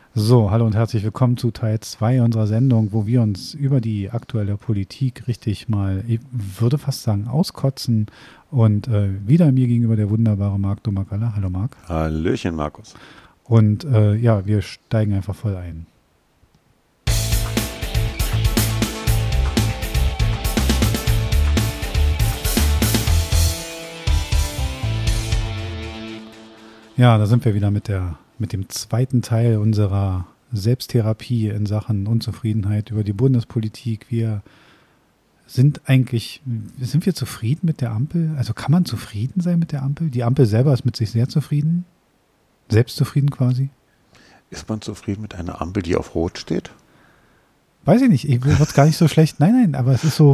So, hallo und herzlich willkommen zu Teil 2 unserer Sendung, wo wir uns über die aktuelle Politik richtig mal, ich würde fast sagen, auskotzen. Und wieder mir gegenüber der wunderbare Marc Domagala. Hallo Marc. Hallöchen, Markus. Und ja, wir steigen einfach voll ein. Ja, da sind wir wieder mit dem zweiten Teil unserer Selbsttherapie in Sachen Unzufriedenheit über die Bundespolitik. Sind wir zufrieden mit der Ampel? Also kann man zufrieden sein mit der Ampel? Die Ampel selber ist mit sich sehr zufrieden? Selbstzufrieden quasi? Ist man zufrieden mit einer Ampel, die auf Rot steht? Weiß ich nicht, ich würde es gar nicht so schlecht. Nein, aber es ist so,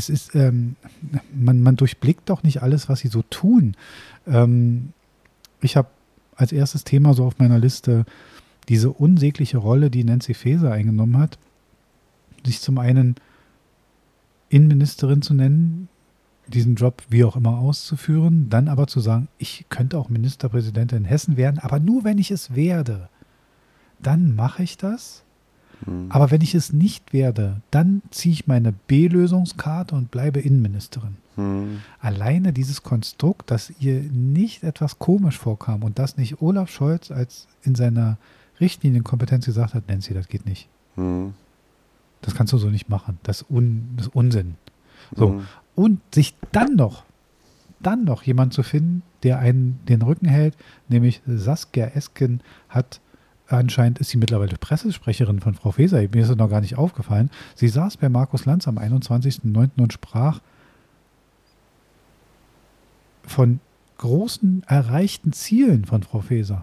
man durchblickt doch nicht alles, was sie so tun. Ich habe als erstes Thema so auf meiner Liste diese unsägliche Rolle, die Nancy Faeser eingenommen hat, sich zum einen Innenministerin zu nennen, diesen Job wie auch immer auszuführen, dann aber zu sagen, ich könnte auch Ministerpräsidentin in Hessen werden, aber nur wenn ich es werde, dann mache ich das. Aber wenn ich es nicht werde, dann ziehe ich meine B-Lösungskarte und bleibe Innenministerin. Alleine dieses Konstrukt, dass ihr nicht etwas komisch vorkam und dass nicht Olaf Scholz als in seiner Richtlinienkompetenz gesagt hat, Nancy, das geht nicht. Das kannst du so nicht machen. Das ist Unsinn. So. Und sich dann noch jemand zu finden, der einen den Rücken hält, nämlich Saskia Esken anscheinend ist sie mittlerweile Pressesprecherin von Frau Faeser. Mir ist es noch gar nicht aufgefallen. Sie saß bei Markus Lanz am 21.09. und sprach von großen erreichten Zielen von Frau Faeser.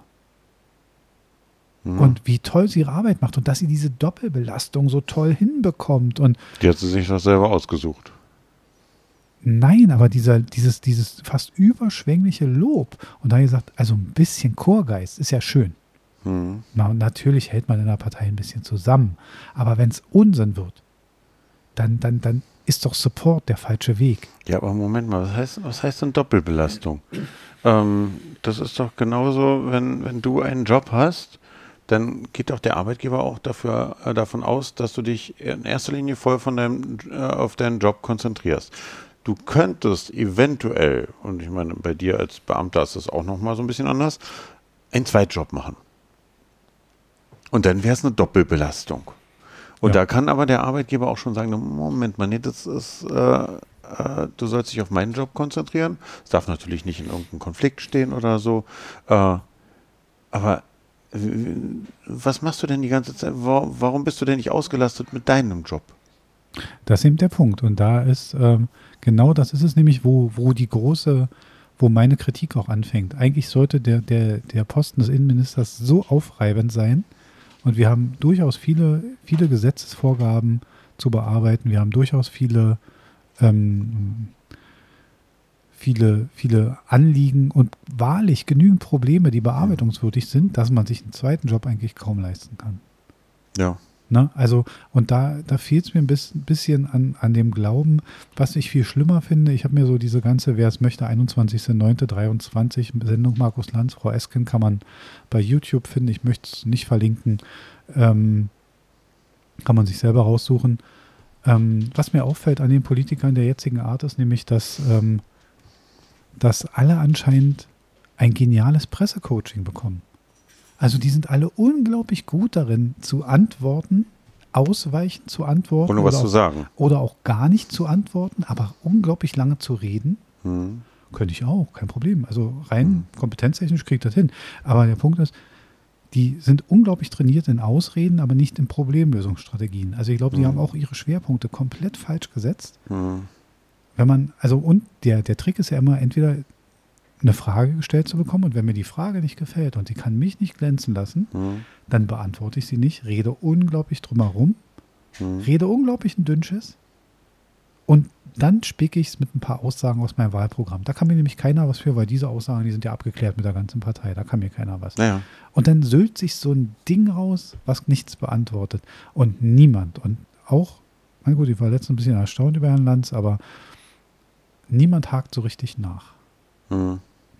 Und wie toll sie ihre Arbeit macht und dass sie diese Doppelbelastung so toll hinbekommt. Und die hat sie sich doch selber ausgesucht. Nein, aber dieses fast überschwängliche Lob. Und da habe ich gesagt, also ein bisschen Chorgeist ist ja schön. Na, natürlich hält man in der Partei ein bisschen zusammen. Aber wenn es Unsinn wird, dann ist doch Support der falsche Weg. Ja, aber Moment mal, was heißt denn Doppelbelastung? Das ist doch genauso, wenn du einen Job hast, dann geht doch der Arbeitgeber auch davon aus, dass du dich in erster Linie voll auf deinen Job konzentrierst. Du könntest eventuell, und ich meine, bei dir als Beamter ist das auch nochmal so ein bisschen anders, einen Zweitjob machen. Und dann wäre es eine Doppelbelastung. Und da kann aber der Arbeitgeber auch schon sagen, Moment mal, nee, das ist, du sollst dich auf meinen Job konzentrieren. Es darf natürlich nicht in irgendeinem Konflikt stehen oder so. Aber was machst du denn die ganze Zeit? Warum bist du denn nicht ausgelastet mit deinem Job? Das ist eben der Punkt. Und da ist, genau das ist es nämlich, wo meine Kritik auch anfängt. Eigentlich sollte der Posten des Innenministers so aufreibend sein. Und wir haben durchaus viele Gesetzesvorgaben zu bearbeiten. Wir haben durchaus viele Anliegen und wahrlich genügend Probleme, die bearbeitungswürdig sind, dass man sich einen zweiten Job eigentlich kaum leisten kann. Ja. Na, also, und da fehlt es mir ein bisschen an dem Glauben, was ich viel schlimmer finde. Ich habe mir so diese ganze, wer es möchte, 21.09.23 Sendung Markus Lanz, Frau Esken kann man bei YouTube finden. Ich möchte es nicht verlinken. Kann man sich selber raussuchen. Was mir auffällt an den Politikern der jetzigen Art ist nämlich, dass alle anscheinend ein geniales Pressecoaching bekommen. Also die sind alle unglaublich gut darin, zu antworten, ausweichend zu antworten. Ohne was zu sagen. Oder auch gar nicht zu antworten, aber unglaublich lange zu reden. Könnte ich auch, kein Problem. Also rein kompetenztechnisch kriege ich das hin. Aber der Punkt ist, die sind unglaublich trainiert in Ausreden, aber nicht in Problemlösungsstrategien. Also ich glaube, die haben auch ihre Schwerpunkte komplett falsch gesetzt. Wenn man, und der Trick ist ja immer, entweder eine Frage gestellt zu bekommen und wenn mir die Frage nicht gefällt und sie kann mich nicht glänzen lassen, dann beantworte ich sie nicht, rede unglaublich drumherum, rede unglaublich ein Dünnschiss und dann spicke ich es mit ein paar Aussagen aus meinem Wahlprogramm. Da kann mir nämlich keiner was für, weil diese Aussagen, die sind ja abgeklärt mit der ganzen Partei, da kann mir keiner was. Ja. Und dann sülzt sich so ein Ding raus, was nichts beantwortet und niemand und auch, na gut, ich war letztens ein bisschen erstaunt über Herrn Lanz, aber niemand hakt so richtig nach.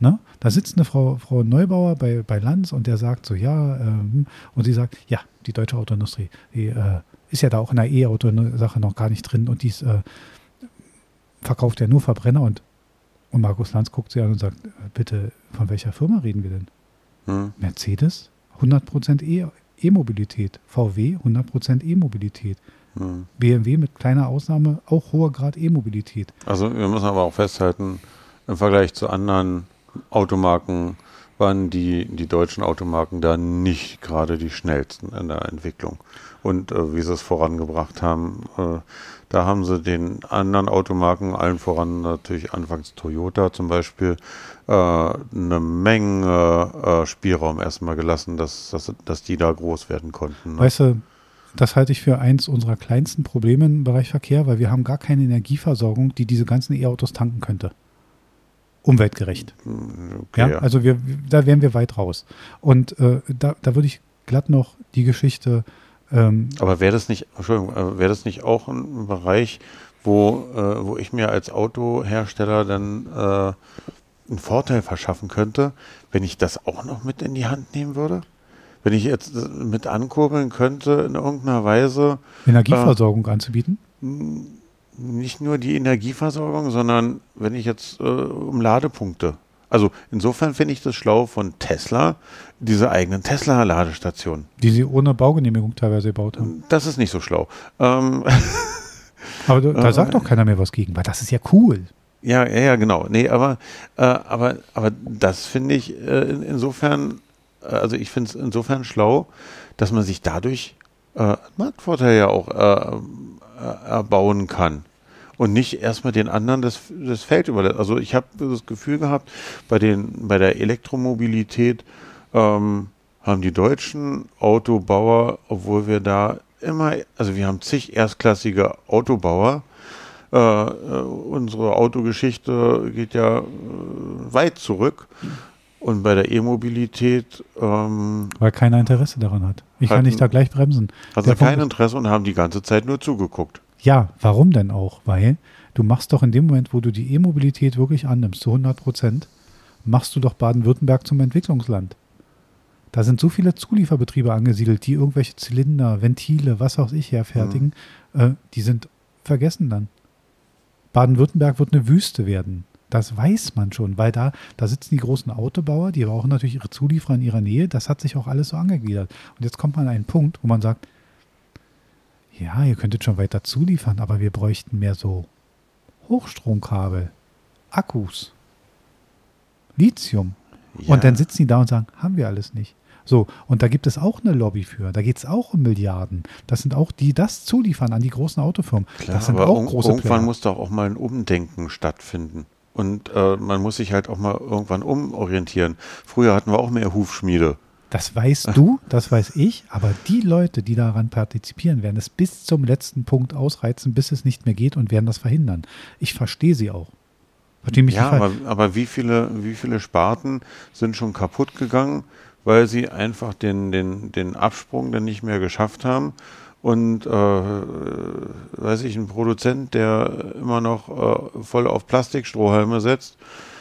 Ne? Da sitzt eine Frau Neubauer bei Lanz und der sagt so, ja, und sie sagt, ja, die deutsche Autoindustrie, die ist ja da auch in der E-Auto-Sache noch gar nicht drin und die verkauft ja nur Verbrenner und Markus Lanz guckt sie an und sagt, bitte, von welcher Firma reden wir denn? Mercedes, 100% E-Mobilität, VW, 100% E-Mobilität. BMW mit kleiner Ausnahme auch hoher Grad E-Mobilität. Also wir müssen aber auch festhalten, im Vergleich zu anderen Automarken waren die deutschen Automarken da nicht gerade die schnellsten in der Entwicklung. Und wie sie es vorangebracht haben, da haben sie den anderen Automarken, allen voran natürlich anfangs Toyota zum Beispiel, eine Menge Spielraum erstmal gelassen, dass die da groß werden konnten. Ne? Weißt du, das halte ich für eins unserer kleinsten Probleme im Bereich Verkehr, weil wir haben gar keine Energieversorgung, die diese ganzen E-Autos tanken könnte. Umweltgerecht. Okay, ja, also da wären wir weit raus. Und da würde ich glatt noch die Geschichte. Aber wäre das nicht auch ein Bereich, wo ich mir als Autohersteller dann einen Vorteil verschaffen könnte, wenn ich das auch noch mit in die Hand nehmen würde? Wenn ich jetzt mit ankurbeln könnte, in irgendeiner Weise Energieversorgung anzubieten? Nicht nur die Energieversorgung, sondern wenn ich jetzt um Ladepunkte. Also insofern finde ich das schlau von Tesla, diese eigenen Tesla-Ladestationen. Die sie ohne Baugenehmigung teilweise gebaut haben. Das ist nicht so schlau. Aber da sagt doch keiner mehr was gegen, weil das ist ja cool. Ja, genau. Nee, aber das finde ich insofern, also ich finde es insofern schlau, dass man sich dadurch Marktvorteil ja auch erbauen kann. Und nicht erstmal den anderen das Feld überlässt. Also ich habe das Gefühl gehabt, bei der Elektromobilität haben die deutschen Autobauer, obwohl wir da immer, also wir haben zig erstklassige Autobauer, unsere Autogeschichte geht ja weit zurück. Und bei der E-Mobilität weil keiner Interesse daran hat. Ich kann nicht da gleich bremsen. Also kein Interesse und haben die ganze Zeit nur zugeguckt. Ja, warum denn auch? Weil du machst doch in dem Moment, wo du die E-Mobilität wirklich annimmst, zu 100%, machst du doch Baden-Württemberg zum Entwicklungsland. Da sind so viele Zulieferbetriebe angesiedelt, die irgendwelche Zylinder, Ventile, was auch ich herfertigen, die sind vergessen dann. Baden-Württemberg wird eine Wüste werden. Das weiß man schon, weil da sitzen die großen Autobauer, die brauchen natürlich ihre Zulieferer in ihrer Nähe. Das hat sich auch alles so angegliedert. Und jetzt kommt man an einen Punkt, wo man sagt, ja, ihr könntet schon weiter zuliefern, aber wir bräuchten mehr so Hochstromkabel, Akkus, Lithium. Ja. Und dann sitzen die da und sagen, haben wir alles nicht. So, und da gibt es auch eine Lobby für. Da geht es auch um Milliarden. Das sind auch die, das zuliefern an die großen Autofirmen. Klar, das sind aber auch große irgendwann Player. muss doch auch mal ein Umdenken stattfinden. Und man muss sich halt auch mal irgendwann umorientieren. Früher hatten wir auch mehr Hufschmiede. Das weißt du, das weiß ich, aber die Leute, die daran partizipieren, werden es bis zum letzten Punkt ausreizen, bis es nicht mehr geht und werden das verhindern. Ich verstehe sie auch. Verstehe mich ja, nicht aber wie viele Sparten sind schon kaputt gegangen, weil sie einfach den Absprung dann nicht mehr geschafft haben. Und weiß ich, ein Produzent, der immer noch voll auf Plastikstrohhalme setzt,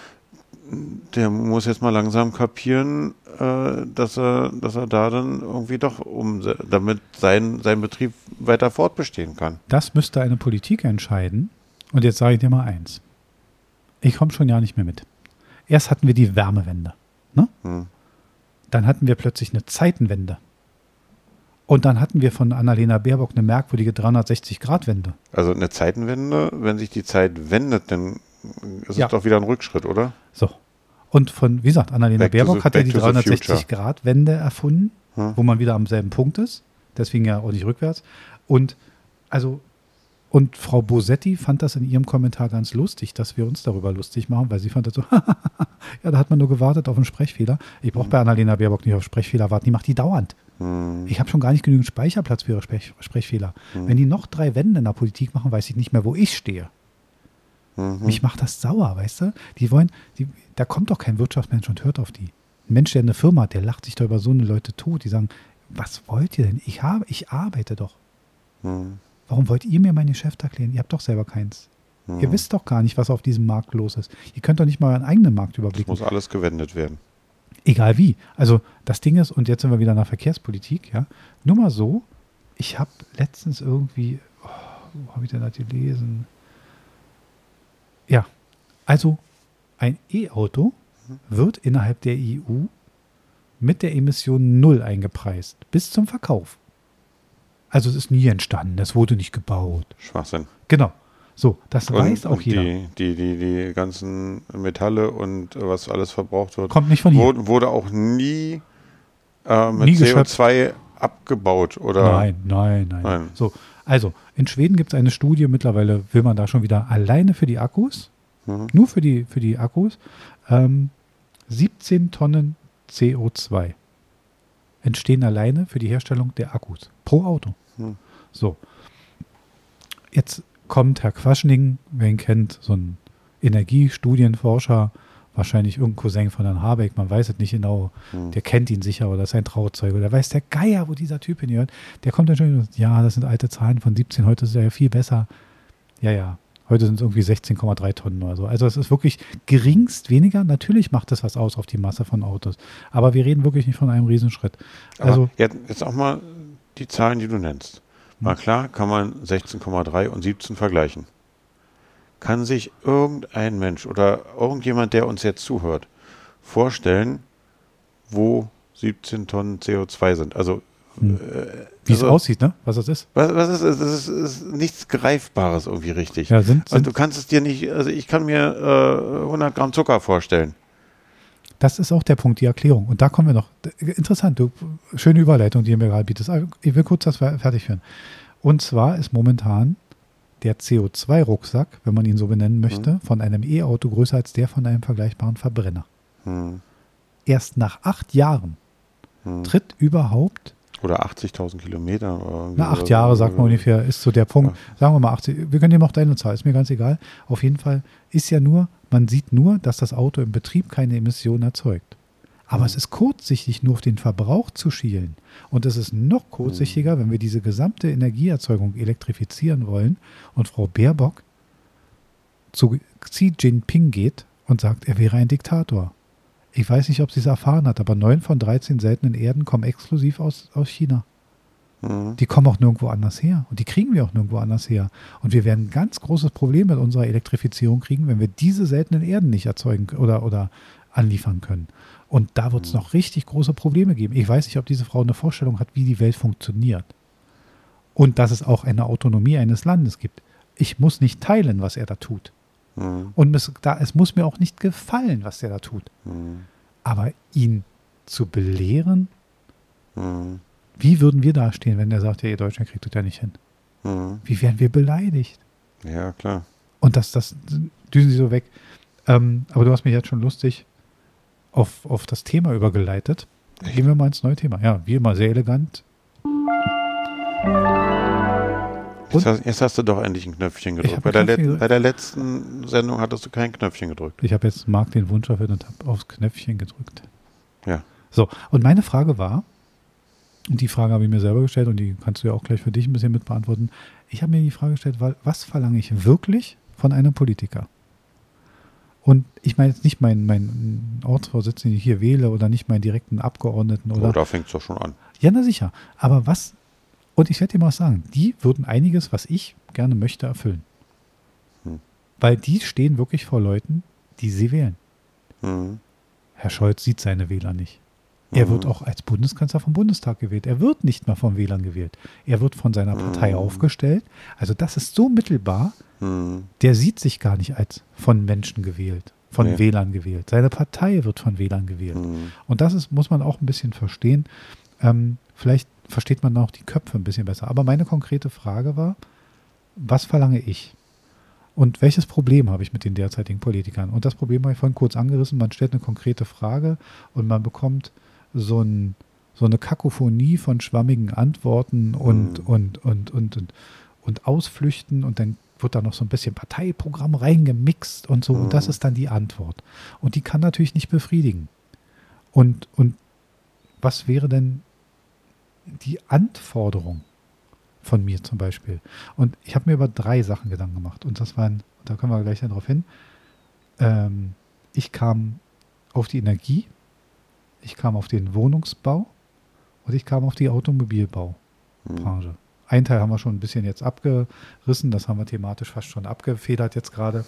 der muss jetzt mal langsam kapieren, dass er da dann irgendwie doch damit sein Betrieb weiter fortbestehen kann. Das müsste eine Politik entscheiden. Und jetzt sage ich dir mal eins. Ich komme schon ja nicht mehr mit. Erst hatten wir die Wärmewende. Ne? Dann hatten wir plötzlich eine Zeitenwende. Und dann hatten wir von Annalena Baerbock eine merkwürdige 360-Grad-Wende. Also eine Zeitenwende, wenn sich die Zeit wendet, dann ist es doch wieder ein Rückschritt, oder? So. Und wie gesagt, Annalena Baerbock hat ja die 360-Grad-Wende erfunden, wo man wieder am selben Punkt ist. Deswegen ja auch nicht rückwärts. Und Frau Bosetti fand das in ihrem Kommentar ganz lustig, dass wir uns darüber lustig machen, weil sie fand das so, ja, da hat man nur gewartet auf einen Sprechfehler. Ich brauche bei Annalena Baerbock nicht auf Sprechfehler warten, die macht die dauernd. Ich habe schon gar nicht genügend Speicherplatz für ihre Sprechfehler. Wenn die noch 3 Wände in der Politik machen, weiß ich nicht mehr, wo ich stehe. Mich macht das sauer, weißt du? Da kommt doch kein Wirtschaftsmensch und hört auf die. Ein Mensch, der eine Firma hat, der lacht sich da über so eine Leute tot. Die sagen, was wollt ihr denn? Ich arbeite doch. Warum wollt ihr mir mein Geschäft erklären? Ihr habt doch selber keins. Ihr wisst doch gar nicht, was auf diesem Markt los ist. Ihr könnt doch nicht mal euren eigenen Markt Es überblicken. muss alles gewendet werden. Egal wie. Also das Ding ist, und jetzt sind wir wieder in der Verkehrspolitik, ja, nur mal so, ich habe letztens irgendwie, wo habe ich denn das gelesen? Ja, also ein E-Auto wird innerhalb der EU mit der Emission 0 eingepreist, bis zum Verkauf. Also es ist nie entstanden, es wurde nicht gebaut. Schwachsinn. Genau. So, das weiß auch und jeder. Die ganzen Metalle und was alles verbraucht wird, Kommt nicht von hier. wurde auch nie mit Nie geschöpft. CO2 abgebaut, oder? Nein. So, also in Schweden gibt es eine Studie, mittlerweile will man da schon wieder alleine für die Akkus, nur für die Akkus, 17 Tonnen CO2 entstehen alleine für die Herstellung der Akkus pro Auto. So, jetzt kommt Herr Quaschning, wer ihn kennt, so ein Energiestudienforscher, wahrscheinlich irgendein Cousin von Herrn Habeck, man weiß es nicht genau, der kennt ihn sicher oder ist ein Trauzeuge, oder weiß der Geier, wo dieser Typ hingehört, der kommt dann schon und sagt, ja, das sind alte Zahlen von 17, heute ist es ja viel besser. Ja, heute sind es irgendwie 16,3 Tonnen oder so. Also es ist wirklich geringst weniger. Natürlich macht das was aus auf die Masse von Autos, aber wir reden wirklich nicht von einem Riesenschritt. Also jetzt auch mal die Zahlen, die du nennst. Mal klar, kann man 16,3 und 17 vergleichen. Kann sich irgendein Mensch oder irgendjemand, der uns jetzt zuhört, vorstellen, wo 17 Tonnen CO2 sind? Also wie es aussieht, ne? Was das ist? Was ist es? Es ist nichts Greifbares irgendwie richtig. Ja, also du kannst es dir nicht, also ich kann mir 100 Gramm Zucker vorstellen. Das ist auch der Punkt, die Erklärung. Und da kommen wir noch. Interessant, schöne Überleitung, die du mir gerade bietest. Ich will kurz das fertig führen. Und zwar ist momentan der CO2-Rucksack, wenn man ihn so benennen möchte, von einem E-Auto größer als der von einem vergleichbaren Verbrenner. Erst nach 8 Jahren tritt überhaupt. Oder 80.000 Kilometer. Na, 8 Jahre, sagt man ungefähr, ist so der Punkt. Ja. Sagen wir mal 80. Wir können nehmen auch deine Zahl, ist mir ganz egal. Auf jeden Fall ist ja nur, man sieht nur, dass das Auto im Betrieb keine Emissionen erzeugt. Aber es ist kurzsichtig, nur auf den Verbrauch zu schielen. Und es ist noch kurzsichtiger, wenn wir diese gesamte Energieerzeugung elektrifizieren wollen und Frau Baerbock zu Xi Jinping geht und sagt, er wäre ein Diktator. Ich weiß nicht, ob sie es erfahren hat, aber 9 von 13 seltenen Erden kommen exklusiv aus China. Die kommen auch nirgendwo anders her. Und die kriegen wir auch nirgendwo anders her. Und wir werden ein ganz großes Problem mit unserer Elektrifizierung kriegen, wenn wir diese seltenen Erden nicht erzeugen oder anliefern können. Und da wird es noch richtig große Probleme geben. Ich weiß nicht, ob diese Frau eine Vorstellung hat, wie die Welt funktioniert. Und dass es auch eine Autonomie eines Landes gibt. Ich muss nicht teilen, was er da tut. Und es muss mir auch nicht gefallen, was er da tut. Aber ihn zu belehren, wie würden wir dastehen, wenn der sagt, ja, ihr Deutschen kriegt das ja nicht hin? Wie wären wir beleidigt? Ja, klar. Und das düsen sie so weg. Aber du hast mich jetzt schon lustig auf das Thema übergeleitet. Gehen wir mal ins neue Thema. Ja, wie immer, sehr elegant. Jetzt hast du doch endlich ein Knöpfchen gedrückt. Bei der letzten Sendung hattest du kein Knöpfchen gedrückt. Ich habe jetzt Marc den Wunsch erfüllt und habe aufs Knöpfchen gedrückt. Ja. So, und meine Frage war, und die Frage habe ich mir selber gestellt und die kannst du ja auch gleich für dich ein bisschen mit beantworten. Ich habe mir die Frage gestellt, was verlange ich wirklich von einem Politiker? Und ich meine jetzt nicht meinen Ortsvorsitzenden, den ich hier wähle, oder nicht meinen direkten Abgeordneten. Oder da fängt es doch schon an. Ja, na sicher. Aber was, und ich werde dir mal was sagen, die würden einiges, was ich gerne möchte, erfüllen. Weil die stehen wirklich vor Leuten, die sie wählen. Herr Scholz sieht seine Wähler nicht. Er wird auch als Bundeskanzler vom Bundestag gewählt. Er wird nicht mal von Wählern gewählt. Er wird von seiner Partei aufgestellt. Also das ist so mittelbar, der sieht sich gar nicht als von Menschen gewählt, von Wählern gewählt. Seine Partei wird von Wählern gewählt. Und das muss man auch ein bisschen verstehen. Vielleicht versteht man auch die Köpfe ein bisschen besser. Aber meine konkrete Frage war, was verlange ich? Und welches Problem habe ich mit den derzeitigen Politikern? Und das Problem habe ich vorhin kurz angerissen. Man stellt eine konkrete Frage und man bekommt so eine Kakophonie von schwammigen Antworten und Ausflüchten, und dann wird da noch so ein bisschen Parteiprogramm reingemixt und so, und das ist dann die Antwort. Und die kann natürlich nicht befriedigen. Und was wäre denn die Anforderung von mir zum Beispiel. Und ich habe mir über 3 Sachen Gedanken gemacht. Und das waren, da kommen wir gleich dann drauf hin, ich kam auf die Energie, ich kam auf den Wohnungsbau und ich kam auf die Automobilbaubranche. Ein Teil haben wir schon ein bisschen jetzt abgerissen, das haben wir thematisch fast schon abgefedert jetzt gerade.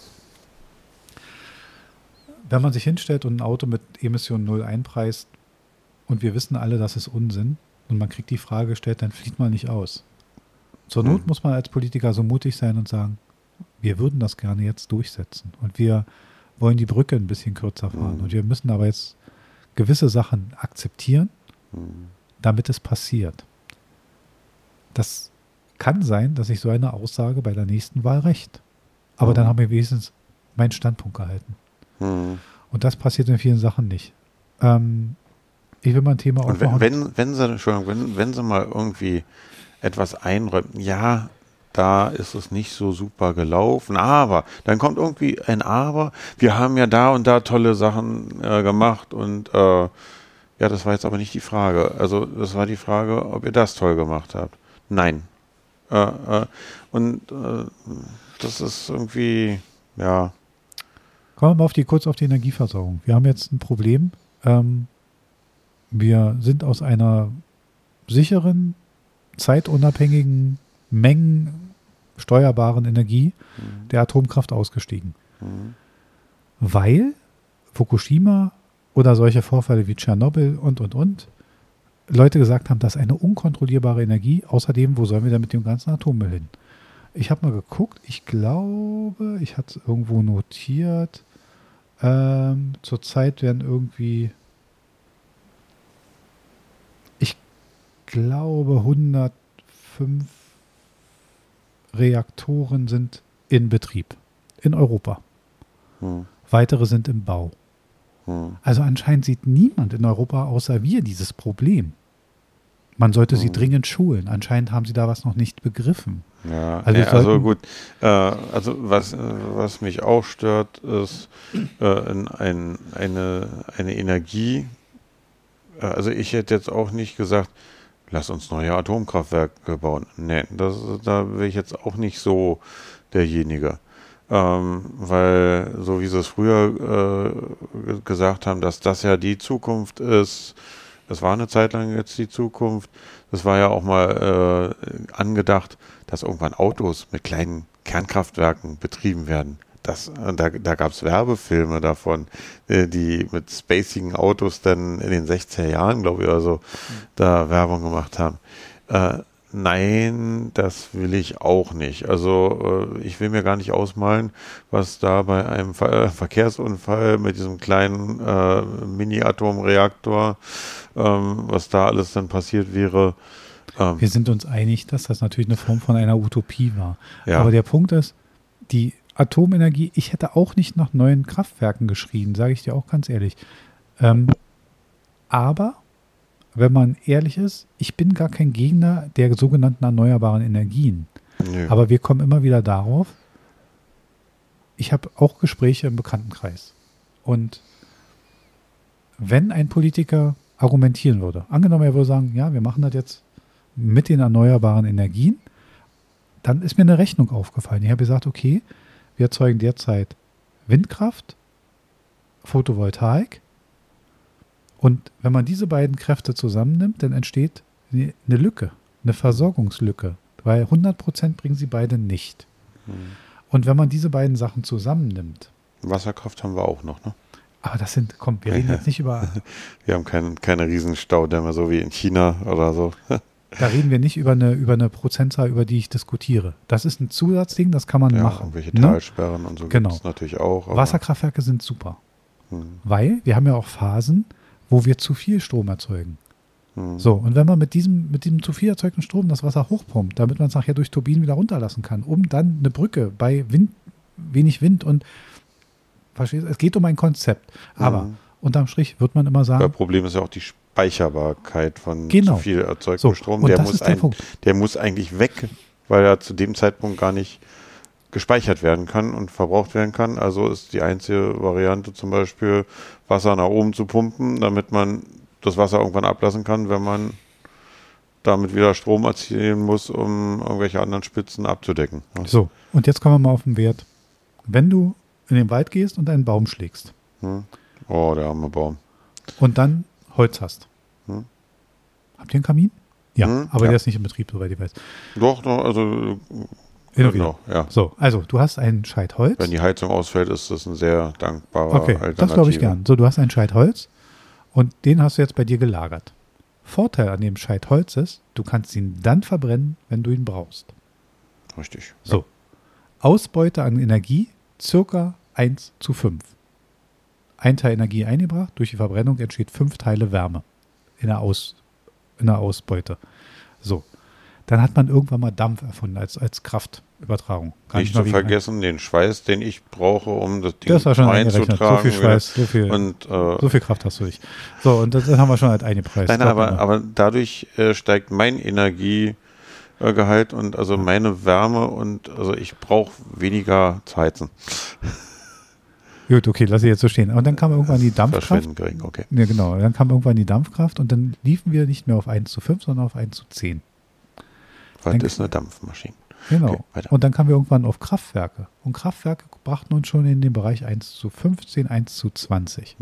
Wenn man sich hinstellt und ein Auto mit Emission 0 einpreist und wir wissen alle, das ist Unsinn und man kriegt die Frage gestellt, dann flieht man nicht aus. Zur Not muss man als Politiker so mutig sein und sagen, wir würden das gerne jetzt durchsetzen und wir wollen die Brücke ein bisschen kürzer fahren und wir müssen aber jetzt gewisse Sachen akzeptieren, damit es passiert. Das kann sein, dass ich so eine Aussage bei der nächsten Wahl recht. Aber dann haben wir wenigstens meinen Standpunkt gehalten. Und das passiert in vielen Sachen nicht. Ich will mal ein Thema aufmachen. Und wenn sie mal irgendwie etwas einräumen, ja, da ist es nicht so super gelaufen, aber dann kommt irgendwie ein Aber, wir haben ja da und da tolle Sachen gemacht und ja, das war jetzt aber nicht die Frage. Also das war die Frage, ob ihr das toll gemacht habt. Nein. Und das ist irgendwie, ja. Kommen wir mal kurz auf die Energieversorgung. Wir haben jetzt ein Problem. Wir sind aus einer sicheren, zeitunabhängigen, mengensteuerbaren Energie der Atomkraft ausgestiegen. Weil Fukushima oder solche Vorfälle wie Tschernobyl und Leute gesagt haben, das ist eine unkontrollierbare Energie. Außerdem, wo sollen wir denn mit dem ganzen Atommüll hin? Ich habe mal geguckt, ich glaube, ich hatte es irgendwo notiert, zurzeit werden irgendwie, ich glaube, 105 Reaktoren sind in Betrieb in Europa. Weitere sind im Bau. Also anscheinend sieht niemand in Europa außer wir dieses Problem. Man sollte sie dringend schulen. Anscheinend haben sie da was noch nicht begriffen. Ja, also gut. Also was mich auch stört, ist eine Energie. Also ich hätte jetzt auch nicht gesagt, lass uns neue Atomkraftwerke bauen. Nee, da wäre ich jetzt auch nicht so derjenige. Weil so wie sie es früher gesagt haben, dass das ja die Zukunft ist, das war eine Zeit lang jetzt die Zukunft, das war ja auch mal angedacht, dass irgendwann Autos mit kleinen Kernkraftwerken betrieben werden. Da gab es Werbefilme davon, die mit spacigen Autos dann in den 60er Jahren, glaube ich, oder so, da Werbung gemacht haben. Nein, das will ich auch nicht. Also ich will mir gar nicht ausmalen, was da bei einem Verkehrsunfall mit diesem kleinen Mini-Atomreaktor, was da alles dann passiert wäre. Wir sind uns einig, dass das natürlich eine Form von einer Utopie war. Ja. Aber der Punkt ist, die Atomenergie, ich hätte auch nicht nach neuen Kraftwerken geschrien, sage ich dir auch ganz ehrlich. Aber wenn man ehrlich ist, ich bin gar kein Gegner der sogenannten erneuerbaren Energien. Nö. Aber wir kommen immer wieder darauf, ich habe auch Gespräche im Bekanntenkreis. Und wenn ein Politiker argumentieren würde, angenommen er würde sagen, ja, wir machen das jetzt mit den erneuerbaren Energien, dann ist mir eine Rechnung aufgefallen. Ich habe gesagt, okay, wir erzeugen derzeit Windkraft, Photovoltaik. Und wenn man diese beiden Kräfte zusammennimmt, dann entsteht eine Lücke, eine Versorgungslücke, weil 100% bringen sie beide nicht. Und wenn man diese beiden Sachen zusammennimmt. Wasserkraft haben wir auch noch, ne? Aber das sind, komm, wir reden jetzt nicht über. Wir haben keine Riesenstaudämme, so wie in China oder so. Da reden wir nicht über eine Prozentzahl, über die ich diskutiere. Das ist ein Zusatzding, das kann man machen. Irgendwelche Talsperren und so genau. Gibt es natürlich auch. Wasserkraftwerke sind super. Weil wir haben ja auch Phasen, wo wir zu viel Strom erzeugen. So, und wenn man mit diesem zu viel erzeugten Strom das Wasser hochpumpt, damit man es nachher durch Turbinen wieder runterlassen kann, um dann eine Brücke bei wenig Wind und verstehst, es geht um ein Konzept. Aber unterm Strich wird man immer sagen. Das Problem ist ja auch die Speicherbarkeit von genau. zu viel erzeugtem Strom. Und das ist der Punkt. Der muss eigentlich weg, weil er zu dem Zeitpunkt gar nicht gespeichert werden kann und verbraucht werden kann. Also ist die einzige Variante zum Beispiel, Wasser nach oben zu pumpen, damit man das Wasser irgendwann ablassen kann, wenn man damit wieder Strom erzielen muss, um irgendwelche anderen Spitzen abzudecken. Ja. So, und jetzt kommen wir mal auf den Wert. Wenn du in den Wald gehst und einen Baum schlägst Oh, der arme Baum. und dann Holz hast. Habt ihr einen Kamin? Ja, aber ja. der ist nicht in Betrieb, soweit ich weiß. Doch, also Hin und genau, ja. So, also du hast einen Scheit Holz. Wenn die Heizung ausfällt, ist das ein sehr dankbarer Okay, das glaube ich gern. So, du hast einen Scheit Holz und den hast du jetzt bei dir gelagert. Vorteil an dem Scheit Holz ist, du kannst ihn dann verbrennen, wenn du ihn brauchst. Richtig. So, Ausbeute an Energie circa 1:5. Ein Teil Energie eingebracht, durch die Verbrennung entsteht 5 Teile Wärme in der Ausbeute. So, dann hat man irgendwann mal Dampf erfunden als Kraftübertragung. Nicht zu vergessen, den Schweiß, den ich brauche, um das Ding das war schon eingerechnet. So viel Schweiß, so viel Kraft hast du nicht. So, und das haben wir schon halt eingepreist. Nein, aber dadurch steigt mein Energiegehalt und also meine Wärme und also ich brauche weniger zu heizen. Gut, okay, lass ich jetzt so stehen. Und dann kam irgendwann die Dampfkraft. Verschwenden gering, okay. Ja, genau. Dann kam irgendwann die Dampfkraft und dann liefen wir nicht mehr auf 1:5, sondern auf 1:10. Weil das ist eine Dampfmaschine. Genau. Okay, weiter. Und dann kamen wir irgendwann auf Kraftwerke. Und Kraftwerke brachten uns schon in den Bereich 1:15, 1:20.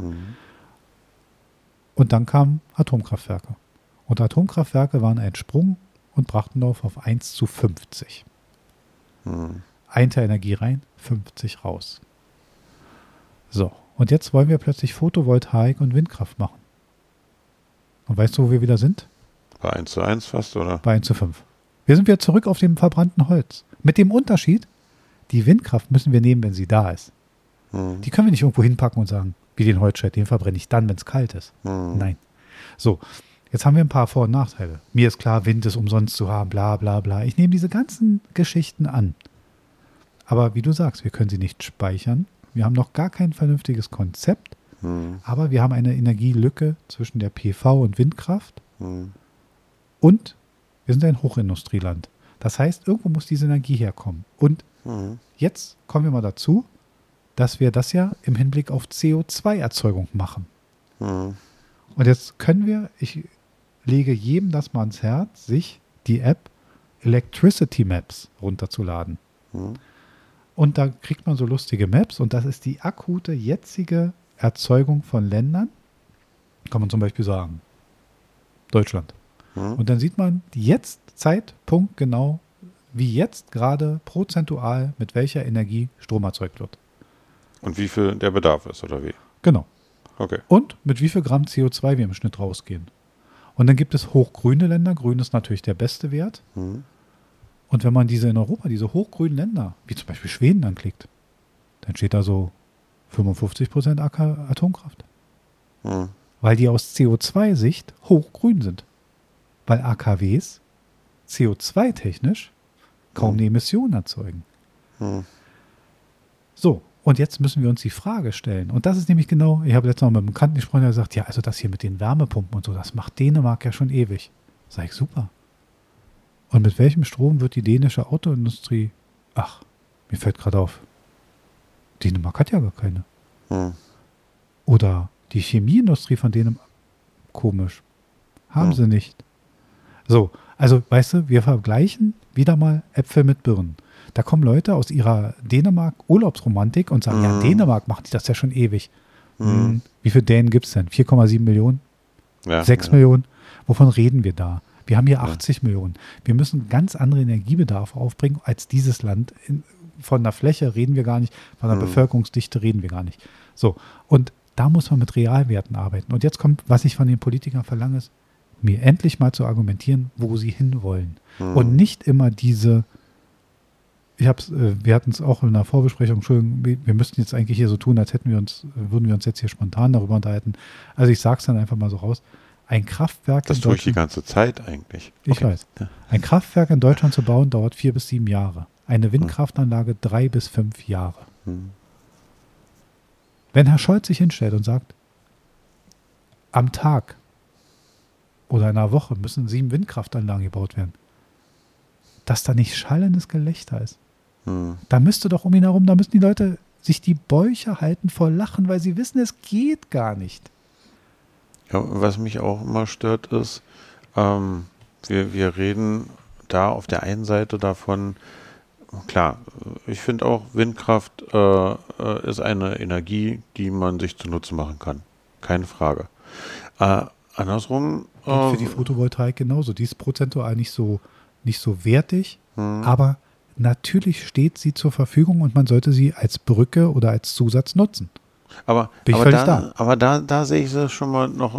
Und dann kamen Atomkraftwerke. Und Atomkraftwerke waren ein Sprung und brachten auf 1:50. Ein Teil Energie rein, 50 raus. So, und jetzt wollen wir plötzlich Photovoltaik und Windkraft machen. Und weißt du, wo wir wieder sind? Bei 1:1 fast, oder? Bei 1:5. Wir sind wieder zurück auf dem verbrannten Holz. Mit dem Unterschied, die Windkraft müssen wir nehmen, wenn sie da ist. Die können wir nicht irgendwo hinpacken und sagen, wie den Holzscheit, den verbrenne ich dann, wenn es kalt ist. Nein. So, jetzt haben wir ein paar Vor- und Nachteile. Mir ist klar, Wind ist umsonst zu haben, bla bla bla. Ich nehme diese ganzen Geschichten an. Aber wie du sagst, wir können sie nicht speichern. Wir haben noch gar kein vernünftiges Konzept. Aber wir haben eine Energielücke zwischen der PV- und Windkraft. Und wir sind ein Hochindustrieland. Das heißt, irgendwo muss diese Energie herkommen. Und jetzt kommen wir mal dazu, dass wir das ja im Hinblick auf CO2-Erzeugung machen. Und jetzt können wir, ich lege jedem das mal ans Herz, sich die App Electricity Maps runterzuladen. Und da kriegt man so lustige Maps und das ist die akute jetzige Erzeugung von Ländern. Kann man zum Beispiel sagen, Deutschland. Und dann sieht man jetzt Zeitpunkt genau, wie jetzt gerade prozentual mit welcher Energie Strom erzeugt wird. Und wie viel der Bedarf ist, oder wie? Genau. Okay. Und mit wie viel Gramm CO2 wir im Schnitt rausgehen. Und dann gibt es hochgrüne Länder. Grün ist natürlich der beste Wert. Und wenn man diese in Europa, diese hochgrünen Länder, wie zum Beispiel Schweden anklickt, dann steht da so 55% Atomkraft. Weil die aus CO2-Sicht hochgrün sind. Weil AKWs CO2-technisch kaum eine Emission erzeugen. So, und jetzt müssen wir uns die Frage stellen. Und das ist nämlich genau, ich habe letztes Mal mit einem Bekannten gesprochen, der sagt, ja, also das hier mit den Wärmepumpen und so, das macht Dänemark ja schon ewig. Sag ich, super. Und mit welchem Strom wird die dänische Autoindustrie, ach, mir fällt gerade auf, Dänemark hat ja gar keine. Oder die Chemieindustrie von Dänemark, komisch, haben sie nicht. So, also weißt du, wir vergleichen wieder mal Äpfel mit Birnen. Da kommen Leute aus ihrer Dänemark-Urlaubsromantik und sagen, ja, in Dänemark macht die das ja schon ewig. Wie viele Dänen gibt es denn? 4,7 Millionen? Ja, 6 Millionen? Wovon reden wir da? Wir haben hier 80 Millionen. Wir müssen ganz andere Energiebedarfe aufbringen als dieses Land. Von der Fläche reden wir gar nicht, von der Bevölkerungsdichte reden wir gar nicht. So, und da muss man mit Realwerten arbeiten. Und jetzt kommt, was ich von den Politikern verlange, ist, mir endlich mal zu argumentieren, wo sie hinwollen. Und nicht immer diese, wir hatten es auch in der Vorbesprechung, Entschuldigung, wir müssten jetzt eigentlich hier so tun, als würden wir uns jetzt hier spontan darüber unterhalten. Also ich sage es dann einfach mal so raus. Ein Kraftwerk das in tue ich die Deutschland. ganze Zeit eigentlich. Ich weiß. Ja. Ein Kraftwerk in Deutschland zu bauen, dauert 4 bis 7 Jahre. Eine Windkraftanlage 3 bis 5 Jahre. Wenn Herr Scholz sich hinstellt und sagt, am Tag oder in einer Woche müssen 7 Windkraftanlagen gebaut werden, dass da nicht schallendes Gelächter ist. Da müsste doch um ihn herum, da müssen die Leute sich die Bäuche halten vor Lachen, weil sie wissen, es geht gar nicht. Ja, was mich auch immer stört ist, wir reden da auf der einen Seite davon, klar, ich finde auch, Windkraft ist eine Energie, die man sich zunutze machen kann. Keine Frage. Andersrum. Und für die Photovoltaik genauso. Die ist prozentual nicht so wertig, aber natürlich steht sie zur Verfügung und man sollte sie als Brücke oder als Zusatz nutzen. Aber da sehe ich es schon mal noch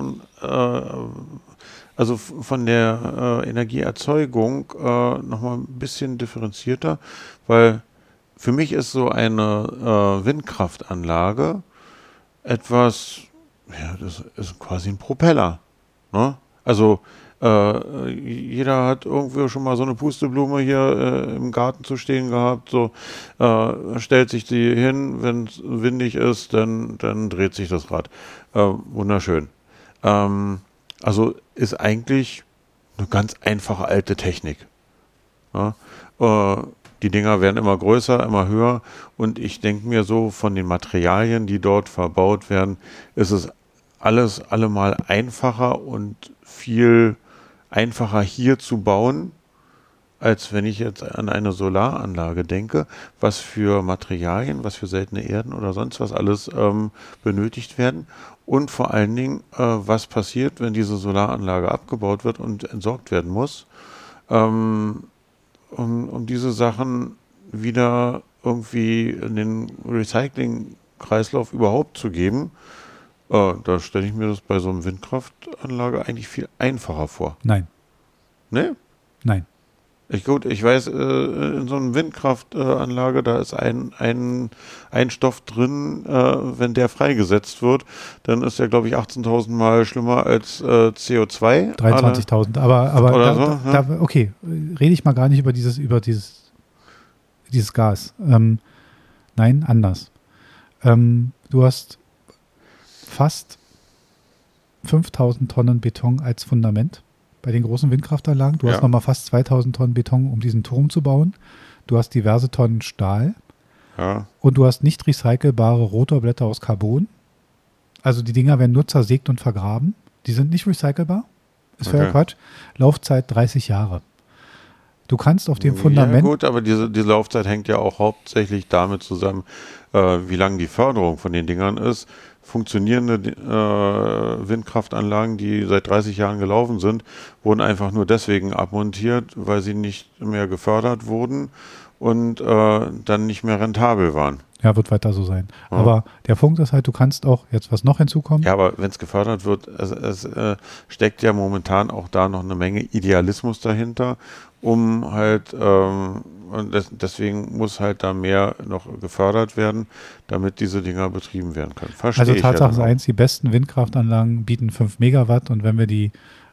also von der Energieerzeugung nochmal ein bisschen differenzierter, weil für mich ist so eine Windkraftanlage etwas, ja, das ist quasi ein Propeller. Ne? Also jeder hat irgendwie schon mal so eine Pusteblume hier im Garten zu stehen gehabt, so stellt sich die hin, wenn es windig ist, dann dreht sich das Rad. Wunderschön. Also ist eigentlich eine ganz einfache alte Technik. Ja? Die Dinger werden immer größer, immer höher und ich denke mir so, von den Materialien, die dort verbaut werden, ist es allemal einfacher und viel einfacher hier zu bauen, als wenn ich jetzt an eine Solaranlage denke, was für Materialien, was für seltene Erden oder sonst was alles benötigt werden und vor allen Dingen, was passiert, wenn diese Solaranlage abgebaut wird und entsorgt werden muss, um diese Sachen wieder irgendwie in den Recycling-Kreislauf überhaupt zu geben. Da stelle ich mir das bei so einer Windkraftanlage eigentlich viel einfacher vor. Nein. Ne? Nein. Ich weiß, in so einer Windkraftanlage, da ist ein Stoff drin, wenn der freigesetzt wird, dann ist der, glaube ich, 18.000 Mal schlimmer als CO2. 23.000, aber so, okay, rede ich mal gar nicht über dieses Gas. Nein, anders. Du hast fast 5.000 Tonnen Beton als Fundament bei den großen Windkraftanlagen. Du hast nochmal fast 2.000 Tonnen Beton, um diesen Turm zu bauen. Du hast diverse Tonnen Stahl. Ja. Und du hast nicht recycelbare Rotorblätter aus Carbon. Also die Dinger werden nur zersägt und vergraben. Die sind nicht recycelbar. Ist völliger Quatsch. Laufzeit 30 Jahre. Du kannst auf dem Fundament... Ja gut, aber diese Laufzeit hängt ja auch hauptsächlich damit zusammen, wie lang die Förderung von den Dingern ist. Funktionierende Windkraftanlagen, die seit 30 Jahren gelaufen sind, wurden einfach nur deswegen abmontiert, weil sie nicht mehr gefördert wurden und dann nicht mehr rentabel waren. Ja, wird weiter so sein. Ja. Aber der Punkt ist halt, du kannst auch, jetzt was noch hinzukommen. Ja, aber wenn es gefördert wird, es steckt ja momentan auch da noch eine Menge Idealismus dahinter, um halt, und deswegen muss halt da mehr noch gefördert werden, damit diese Dinger betrieben werden können. Verstehe also Tatsache ist ja eins, die besten Windkraftanlagen bieten 5 Megawatt und wenn wir die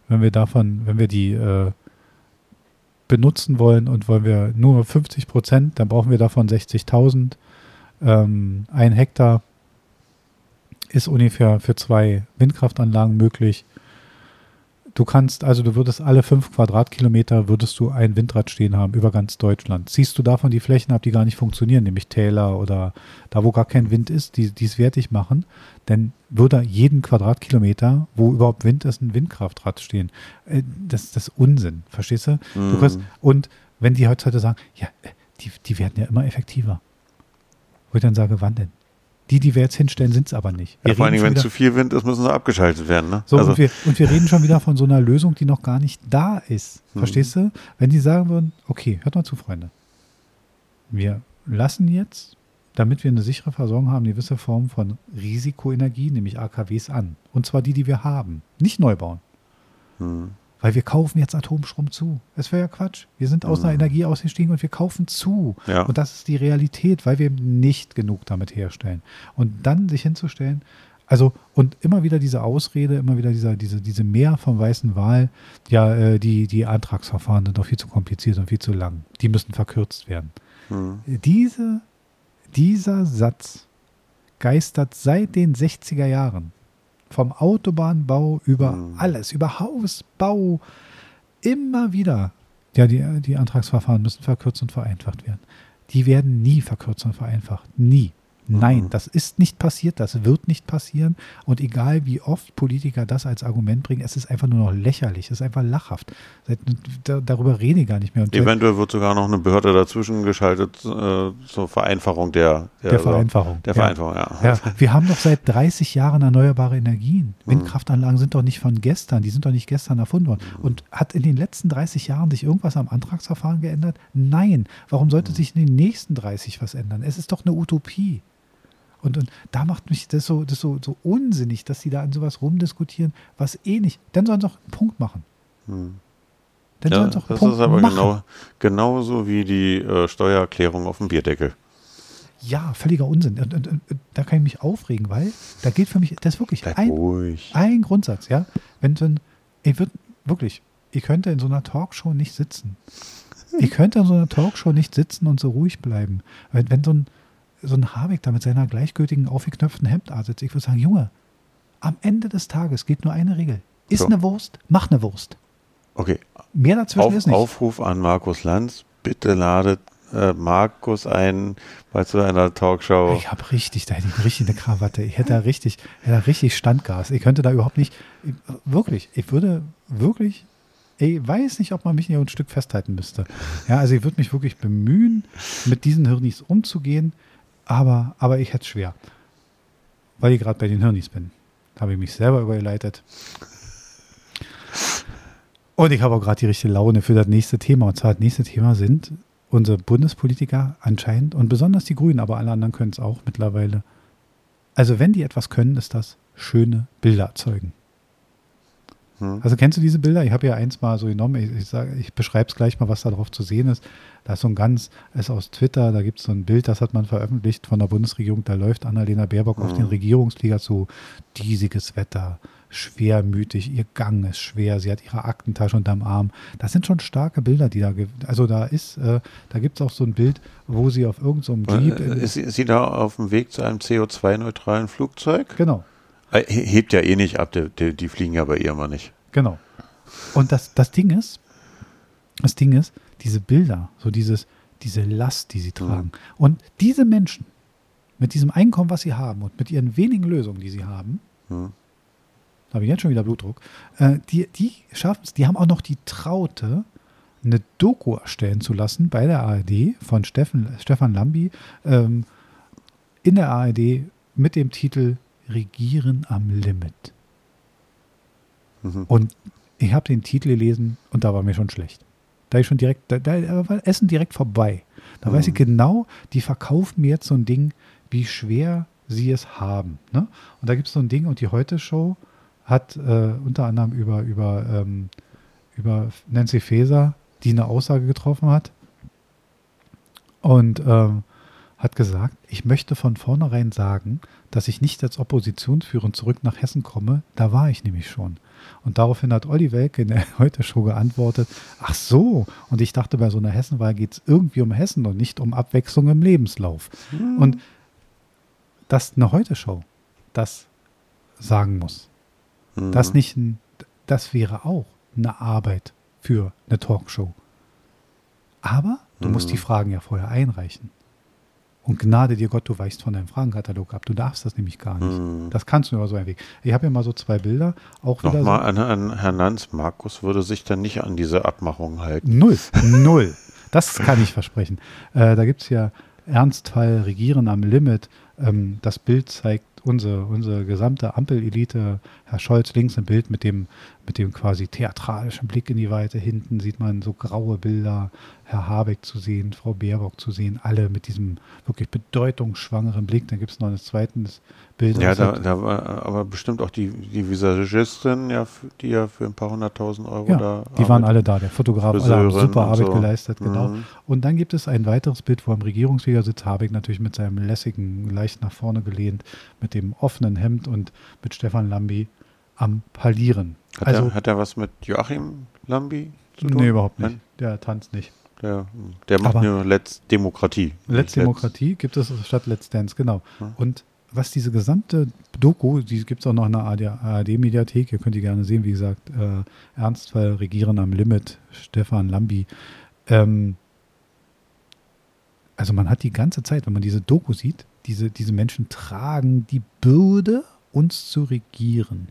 benutzen wollen und wollen wir nur 50%, dann brauchen wir davon 60.000. 1 Hektar ist ungefähr für 2 Windkraftanlagen möglich. Du würdest alle 5 Quadratkilometer würdest du ein Windrad stehen haben über ganz Deutschland. Ziehst du davon die Flächen ab, die gar nicht funktionieren, nämlich Täler oder da, wo gar kein Wind ist, die es wertig machen, dann würde jeden Quadratkilometer, wo überhaupt Wind ist, ein Windkraftrad stehen. Das ist Unsinn, verstehst du? Und wenn die heutzutage sagen, ja, die werden ja immer effektiver. Wo ich dann sage, wann denn? Die wir jetzt hinstellen, sind es aber nicht. Ja, vor allem, wenn zu viel Wind ist, müssen sie abgeschaltet werden. Ne? So, also. und wir reden schon wieder von so einer Lösung, die noch gar nicht da ist. Verstehst du? Wenn die sagen würden, okay, hört mal zu, Freunde. Wir lassen jetzt, damit wir eine sichere Versorgung haben, eine gewisse Form von Risikoenergie, nämlich AKWs an. Und zwar die wir haben. Nicht neu bauen. Weil wir kaufen jetzt Atomstrom zu. Das wäre ja Quatsch. Wir sind aus einer Energie ausgestiegen und wir kaufen zu. Ja. Und das ist die Realität, weil wir nicht genug damit herstellen. Und dann sich hinzustellen, und immer wieder diese Ausrede, immer wieder diese Mehr vom weißen Wal, ja, die Antragsverfahren sind doch viel zu kompliziert und viel zu lang. Die müssen verkürzt werden. Dieser Satz geistert seit den 60er Jahren. Vom Autobahnbau über alles, über Hausbau, immer wieder. Ja, die Antragsverfahren müssen verkürzt und vereinfacht werden. Die werden nie verkürzt und vereinfacht. Nie. Nein, das ist nicht passiert, das wird nicht passieren. Und egal wie oft Politiker das als Argument bringen, es ist einfach nur noch lächerlich, es ist einfach lachhaft. Darüber rede ich gar nicht mehr. Und eventuell wird sogar noch eine Behörde dazwischen geschaltet zur Vereinfachung der Vereinfachung. Der Vereinfachung, ja. Ja, wir haben doch seit 30 Jahren erneuerbare Energien. Windkraftanlagen sind doch nicht von gestern, die sind doch nicht gestern erfunden worden. Und hat in den letzten 30 Jahren sich irgendwas am Antragsverfahren geändert? Nein. Warum sollte sich in den nächsten 30 was ändern? Es ist doch eine Utopie. Und da macht mich das so unsinnig, dass sie da an sowas rumdiskutieren, was eh nicht. Dann sollen sie auch einen Punkt machen. Dann sollen sie auch einen Punkt ist aber machen. genauso wie die Steuererklärung auf dem Bierdeckel. Ja, völliger Unsinn. Und da kann ich mich aufregen, weil da geht für mich, das ist wirklich ein Grundsatz, ja. Ich könnte in so einer Talkshow nicht sitzen. Und so ruhig bleiben. Wenn so ein Habeck da mit seiner gleichgültigen, aufgeknöpften Hemdart sitzt, ich würde sagen, Junge, am Ende des Tages gilt nur eine Regel. Iss eine Wurst, mach eine Wurst. Okay. Mehr dazwischen ist nicht. Aufruf an Markus Lanz, bitte ladet Markus ein zu einer Talkshow. Ich habe richtig eine Krawatte. Ich hätte da richtig Standgas. Ich könnte da überhaupt nicht, ich weiß nicht, ob man mich hier ein Stück festhalten müsste. Ja, also ich würde mich wirklich bemühen, mit diesen Hirnis umzugehen, aber ich hätte es schwer. Weil ich gerade bei den Hirnis bin. Habe ich mich selber überleitet. Und ich habe auch gerade die richtige Laune für das nächste Thema. Und zwar das nächste Thema sind unsere Bundespolitiker anscheinend und besonders die Grünen, aber alle anderen können es auch mittlerweile. Also wenn die etwas können, ist das schöne Bilder erzeugen. Also kennst du diese Bilder? Ich habe ja eins mal so genommen, ich beschreibe es gleich mal, was da drauf zu sehen ist. Da ist ist aus Twitter, da gibt es so ein Bild, das hat man veröffentlicht von der Bundesregierung, da läuft Annalena Baerbock auf den Regierungsflieger zu, diesiges Wetter, schwermütig, ihr Gang ist schwer, sie hat ihre Aktentasche unterm Arm. Das sind schon starke Bilder, die da gibt. Also da gibt es auch so ein Bild, wo sie auf irgendeinem Jeep... Ist sie da auf dem Weg zu einem CO2-neutralen Flugzeug? Genau. Hebt ja eh nicht ab, die fliegen ja bei ihr immer nicht. Genau. Und das Ding ist, diese Bilder, so diese Last, die sie tragen. Und diese Menschen, mit diesem Einkommen, was sie haben und mit ihren wenigen Lösungen, die sie haben, da habe ich jetzt schon wieder Blutdruck, die schaffen es, die haben auch noch die Traute, eine Doku erstellen zu lassen bei der ARD von Stefan Lambi in der ARD mit dem Titel Regieren am Limit. Und ich habe den Titel gelesen und da war mir schon schlecht. Da ich schon direkt, da war Essen direkt vorbei. Da weiß ich genau, die verkaufen mir jetzt so ein Ding, wie schwer sie es haben. Ne? Und da gibt es so ein Ding und die Heute-Show hat unter anderem über Nancy Faeser, die eine Aussage getroffen hat und hat gesagt, ich möchte von vornherein sagen, dass ich nicht als Oppositionsführer zurück nach Hessen komme. Da war ich nämlich schon. Und daraufhin hat Olli Welke in der Heute-Show geantwortet, ach so, und ich dachte, bei so einer Hessenwahl geht es irgendwie um Hessen und nicht um Abwechslung im Lebenslauf. Und dass eine Heute-Show das sagen muss, das wäre auch eine Arbeit für eine Talkshow. Aber du musst die Fragen ja vorher einreichen. Und Gnade dir Gott, du weichst von deinem Fragenkatalog ab. Du darfst das nämlich gar nicht. Das kannst du über so einen Weg. Ich habe ja mal so 2 Bilder. Auch wieder Nochmal an Herrn Lanz, Markus würde sich dann nicht an diese Abmachung halten. Null. Das kann ich versprechen. Da gibt es ja Ernstfall, Regieren am Limit. Das Bild zeigt unsere gesamte Ampelelite, Herr Scholz links im Bild mit dem quasi theatralischen Blick in die Weite. Hinten sieht man so graue Bilder, Herr Habeck zu sehen, Frau Baerbock zu sehen, alle mit diesem wirklich bedeutungsschwangeren Blick. Dann gibt es noch ein zweites Bild. Ja, da war aber bestimmt auch die Visagistin, die ja für ein paar 100.000 Euro da die waren alle da, der Fotograf, alle haben super Arbeit so geleistet, genau. Und dann gibt es ein weiteres Bild, wo am Regierungsflieger sitzt Habeck natürlich mit seinem lässigen, leicht nach vorne gelehnt, mit dem offenen Hemd und mit Stefan Lambi am Parlieren. Hat er was mit Joachim Lambi zu tun? Nee, überhaupt nicht. Der tanzt nicht. Der macht nur Let's Demokratie. Let's Demokratie gibt es statt Let's Dance, genau. Und was diese gesamte Doku, die gibt es auch noch in der ARD-Mediathek, ihr könnt die gerne sehen, wie gesagt, Ernstfall, Regieren am Limit, Stefan Lambi. Also man hat die ganze Zeit, wenn man diese Doku sieht, diese Menschen tragen die Bürde, uns zu regieren.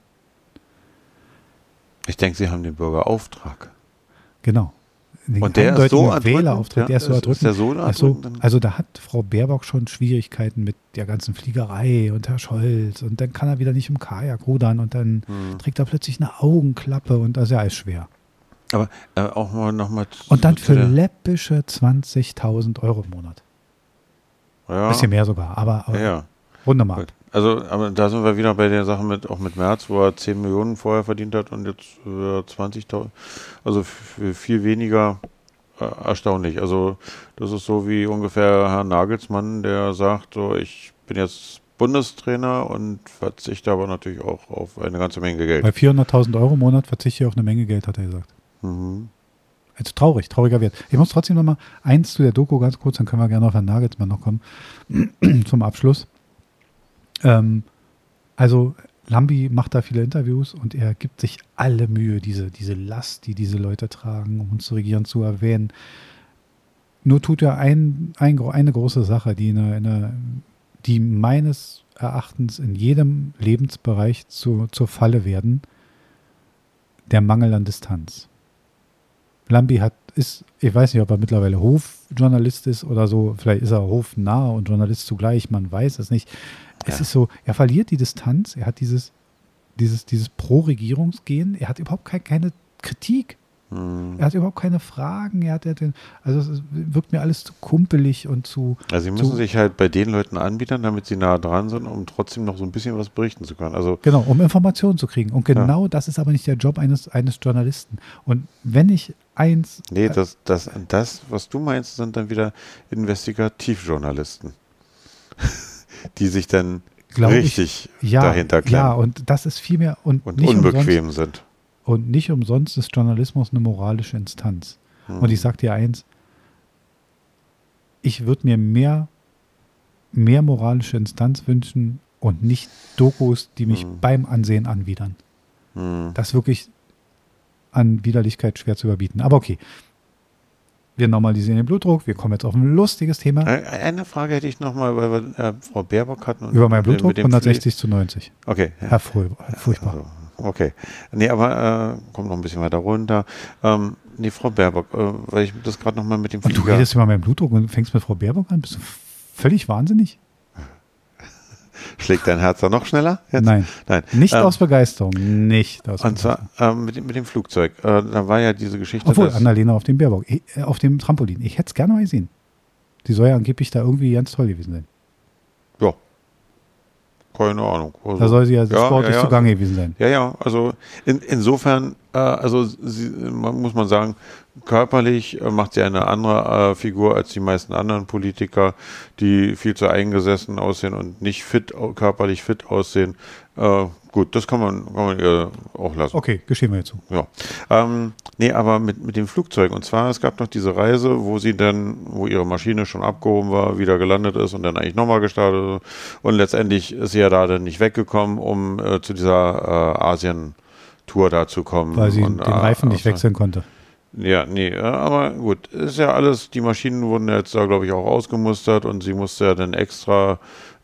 Ich denke, sie haben den Bürgerauftrag. Genau. Und der ist so erdrückend. Wählerauftrag, der ist so erdrückend. Ist der so erdrückend? Also da hat Frau Baerbock schon Schwierigkeiten mit der ganzen Fliegerei und Herr Scholz und dann kann er wieder nicht im Kajak rudern und dann trägt er plötzlich eine Augenklappe und das ist ja alles schwer. Aber auch mal nochmal. Und dann für läppische 20.000 Euro im Monat. Ja. Bisschen mehr sogar, aber ja. runde mal. Also, aber da sind wir wieder bei der Sache auch mit Merz, wo er 10 Millionen vorher verdient hat und jetzt 20.000. Also für viel weniger erstaunlich. Also das ist so wie ungefähr Herr Nagelsmann, der sagt, so ich bin jetzt Bundestrainer und verzichte aber natürlich auch auf eine ganze Menge Geld. Bei 400.000 Euro im Monat verzichte ich auf eine Menge Geld, hat er gesagt. Mhm. Also trauriger Wert. Ich muss trotzdem noch mal eins zu der Doku ganz kurz, dann können wir gerne auf Herrn Nagelsmann noch kommen, zum Abschluss. Also Lambi macht da viele Interviews und er gibt sich alle Mühe, diese Last, die diese Leute tragen, um uns zu regieren, zu erwähnen. Nur tut er eine große Sache, die meines Erachtens in jedem Lebensbereich zur Falle werden, der Mangel an Distanz. Lambi ich weiß nicht, ob er mittlerweile Hofjournalist ist oder so, vielleicht ist er hofnah und Journalist zugleich, man weiß es nicht. Es ist so, er verliert die Distanz, er hat dieses Pro-Regierungsgehen, er hat überhaupt keine Kritik, er hat überhaupt keine Fragen, also es wirkt mir alles zu kumpelig und zu... Also sie müssen sich halt bei den Leuten anbieten, damit sie nah dran sind, um trotzdem noch so ein bisschen was berichten zu können. Also genau, um Informationen zu kriegen. Und genau das ist aber nicht der Job eines Journalisten. Und wenn ich eins... Nee, das, was du meinst, sind dann wieder Investigativjournalisten, die sich dann richtig dahinter klemmen. Ja, und das ist viel mehr... Und nicht unbequem sind. Und nicht umsonst ist Journalismus eine moralische Instanz. Und ich sage dir eins, ich würde mir mehr moralische Instanz wünschen und nicht Dokus, die mich beim Ansehen anwidern. Das ist wirklich an Widerlichkeit schwer zu überbieten. Aber okay, wir normalisieren den Blutdruck, wir kommen jetzt auf ein lustiges Thema. Eine Frage hätte ich nochmal, weil wir Frau Baerbock hatten. Über meinen Blutdruck 160/90. Okay. Furchtbar. Also, okay. Nee, aber kommt noch ein bisschen weiter runter. Frau Baerbock, weil ich das gerade nochmal mit dem Flieger... Und du redest über meinen Blutdruck und fängst mit Frau Baerbock an? Bist du völlig wahnsinnig? Schlägt dein Herz da noch schneller? Jetzt? Nein. Nicht aus Begeisterung. Und zwar mit dem Flugzeug. Da war ja diese Geschichte... Obwohl, Annalena auf dem auf dem Trampolin. Ich hätte es gerne mal gesehen. Die soll ja angeblich da irgendwie ganz toll gewesen sein. Ja. Keine Ahnung. Also, da soll sie ja sportlich zugange gewesen sein. Ja, also insofern, muss man sagen, körperlich macht sie eine andere Figur als die meisten anderen Politiker, die viel zu eingesessen aussehen und nicht körperlich fit aussehen. Gut, das kann man ihr auch lassen. Okay, gestehen wir jetzt zu. Ja. Aber mit dem Flugzeug. Und zwar, es gab noch diese Reise, wo ihre Maschine schon abgehoben war, wieder gelandet ist und dann eigentlich nochmal gestartet. Und letztendlich ist sie ja da dann nicht weggekommen, um zu dieser Asien-Tour da zu kommen. Weil sie den Reifen nicht wechseln konnte. Ja, nee, aber gut, ist ja alles, die Maschinen wurden jetzt da, glaube ich, auch ausgemustert und sie musste ja dann extra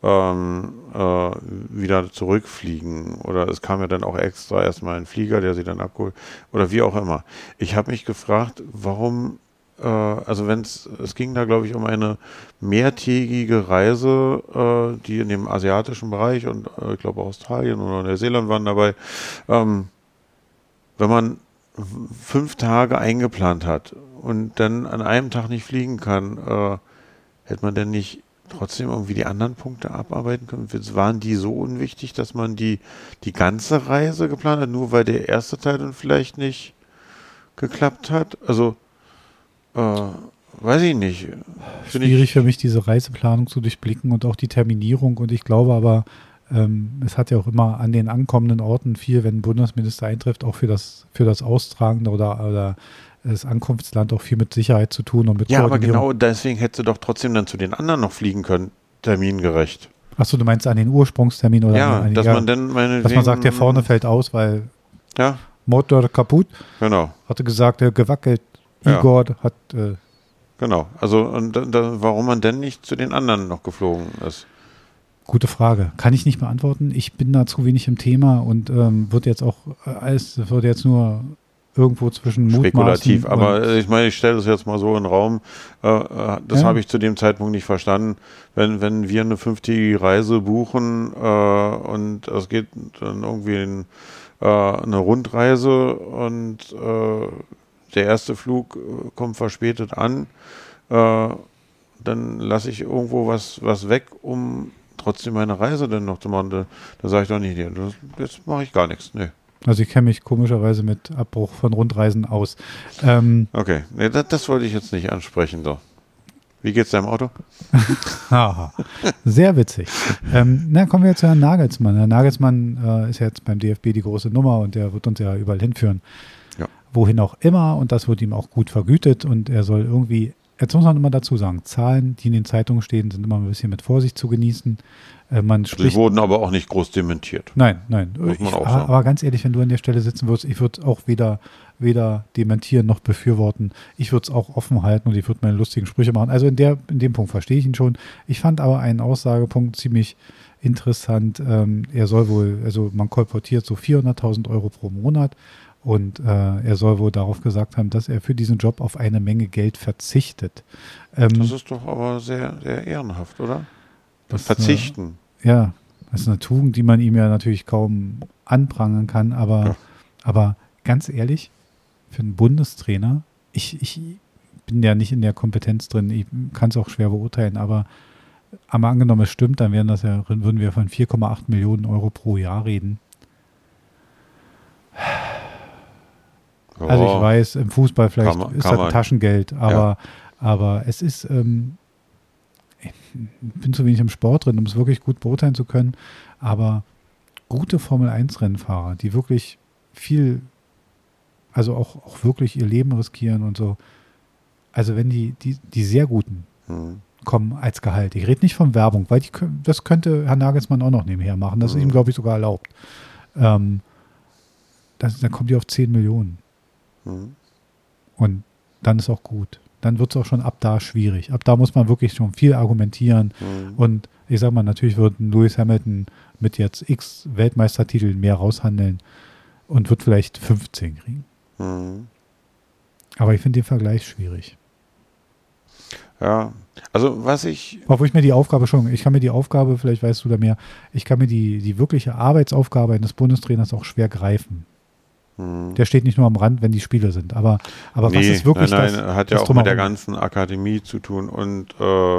wieder zurückfliegen oder es kam ja dann auch extra erstmal ein Flieger, der sie dann abgeholt oder wie auch immer. Ich habe mich gefragt, warum, es ging da, glaube ich, um eine mehrtägige Reise, die in dem asiatischen Bereich und ich glaube Australien oder Neuseeland waren dabei, wenn man 5 Tage eingeplant hat und dann an einem Tag nicht fliegen kann, hätte man denn nicht trotzdem irgendwie die anderen Punkte abarbeiten können? Waren die so unwichtig, dass man die ganze Reise geplant hat, nur weil der erste Teil dann vielleicht nicht geklappt hat? Also, weiß ich nicht. Schwierig für mich, diese Reiseplanung zu durchblicken und auch die Terminierung. Und ich glaube aber, es hat ja auch immer an den ankommenden Orten viel, wenn ein Bundesminister eintrifft, auch für das Austragende oder das Ankunftsland auch viel mit Sicherheit zu tun und mit Koordinierung. Aber genau deswegen hätte sie doch trotzdem dann zu den anderen noch fliegen können, termingerecht. Achso, du meinst an den Ursprungstermin oder dass man sagt, der vorne fällt aus, weil ja. Motor kaputt. Genau. Hatte gesagt, gewackelt. Igor hat genau. Also und warum man denn nicht zu den anderen noch geflogen ist. Gute Frage. Kann ich nicht beantworten. Ich bin da zu wenig im Thema und wird jetzt nur irgendwo zwischen spekulativ, Mutmaßen aber ich meine, ich stelle das jetzt mal so in den Raum, das habe ich zu dem Zeitpunkt nicht verstanden, wenn wir eine 5-tägige Reise buchen und es geht dann irgendwie eine Rundreise und der erste Flug kommt verspätet an, dann lasse ich irgendwo was weg, um trotzdem meine Reise dann noch zu machen. Da sage ich doch nicht, jetzt mache ich gar nichts. Nee. Also ich kenne mich komischerweise mit Abbruch von Rundreisen aus. Okay, nee, das wollte ich jetzt nicht ansprechen. So. Wie geht's deinem Auto? Haha, sehr witzig. Kommen wir jetzt zu Herrn Nagelsmann. Herr Nagelsmann ist jetzt beim DFB die große Nummer und der wird uns ja überall hinführen. Ja. Wohin auch immer und das wird ihm auch gut vergütet und er soll irgendwie, jetzt muss man immer dazu sagen, Zahlen, die in den Zeitungen stehen, sind immer ein bisschen mit Vorsicht zu genießen. Sie wurden aber auch nicht groß dementiert. Nein. Muss man auch sagen. Aber ganz ehrlich, wenn du an der Stelle sitzen würdest, ich würde auch weder dementieren noch befürworten. Ich würde es auch offen halten und ich würde meine lustigen Sprüche machen. Also in dem Punkt verstehe ich ihn schon. Ich fand aber einen Aussagepunkt ziemlich interessant. Er soll wohl, also man kolportiert so 400.000 Euro pro Monat und er soll wohl darauf gesagt haben, dass er für diesen Job auf eine Menge Geld verzichtet. Das ist doch aber sehr, sehr ehrenhaft, oder? Verzichten. Ja, das ist eine Tugend, die man ihm ja natürlich kaum anprangern kann, aber ganz ehrlich, für einen Bundestrainer, ich bin ja nicht in der Kompetenz drin, ich kann es auch schwer beurteilen, aber angenommen es stimmt, dann würden wir von 4,8 Millionen Euro pro Jahr reden. Ja, also ich weiß, im Fußball vielleicht ist das ein Taschengeld, aber es ist ich bin zu wenig im Sport drin, um es wirklich gut beurteilen zu können, aber gute Formel-1-Rennfahrer, die wirklich viel, also auch wirklich ihr Leben riskieren und so, also wenn die sehr Guten kommen als Gehalt, ich rede nicht von Werbung, weil das könnte Herr Nagelsmann auch noch nebenher machen, das ist ihm, glaube ich, sogar erlaubt. Dann kommt die auf 10 Millionen. Und dann ist auch gut. Dann wird es auch schon ab da schwierig. Ab da muss man wirklich schon viel argumentieren. Und ich sag mal, natürlich wird Lewis Hamilton mit jetzt x Weltmeistertiteln mehr raushandeln und wird vielleicht 15 kriegen. Aber ich finde den Vergleich schwierig. Ja, also obwohl ich mir die Aufgabe vielleicht weißt du da mehr, ich kann mir die wirkliche Arbeitsaufgabe eines Bundestrainers auch schwer greifen. Der steht nicht nur am Rand, wenn die Spiele sind. Aber was ist wirklich das? Nein, hat ja auch mit der ganzen Akademie zu tun und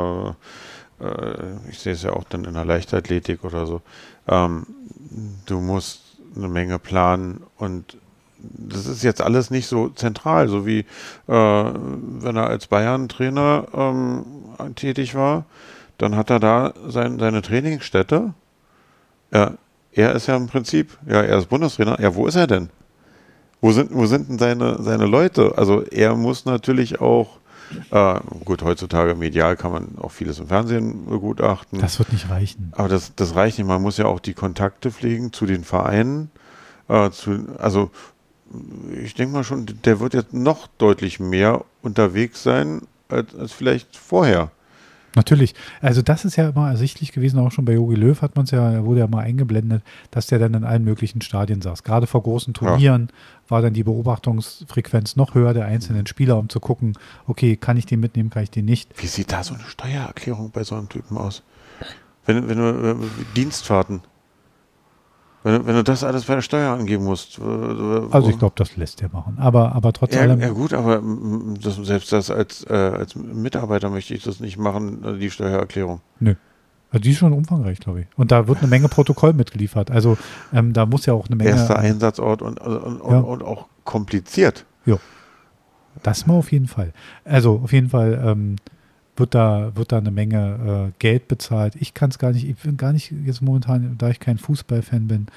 ich sehe es ja auch dann in der Leichtathletik oder so. Du musst eine Menge planen und das ist jetzt alles nicht so zentral, so wie wenn er als Bayern-Trainer tätig war, dann hat er da seine Trainingsstätte. Er ist ja im Prinzip, er ist Bundestrainer. Ja, wo ist er denn? Wo sind denn seine Leute? Also er muss natürlich auch, gut, heutzutage medial kann man auch vieles im Fernsehen begutachten. Das wird nicht reichen. Aber das reicht nicht. Man muss ja auch die Kontakte pflegen zu den Vereinen. Also ich denke mal schon, der wird jetzt noch deutlich mehr unterwegs sein als vielleicht vorher. Natürlich. Also das ist ja immer ersichtlich gewesen, auch schon bei Jogi Löw wurde ja mal eingeblendet, dass der dann in allen möglichen Stadien saß. Gerade vor großen Turnieren war dann die Beobachtungsfrequenz noch höher der einzelnen Spieler, um zu gucken, okay, kann ich den mitnehmen, kann ich den nicht. Wie sieht da so eine Steuererklärung bei so einem Typen aus? Wenn du Dienstfahrten, wenn du das alles bei der Steuer angeben musst. Also ich glaube, das lässt er machen. Aber trotz allem. Ja gut, aber selbst das als Mitarbeiter möchte ich das nicht machen, die Steuererklärung. Nö. Also die ist schon umfangreich, glaube ich. Und da wird eine Menge Protokoll mitgeliefert. Also da muss ja auch eine Menge. Erster Einsatzort und auch kompliziert. Ja. Das mal auf jeden Fall. Also auf jeden Fall wird da eine Menge Geld bezahlt. Ich kann es gar nicht, ich bin gar nicht jetzt momentan, da ich kein Fußballfan bin,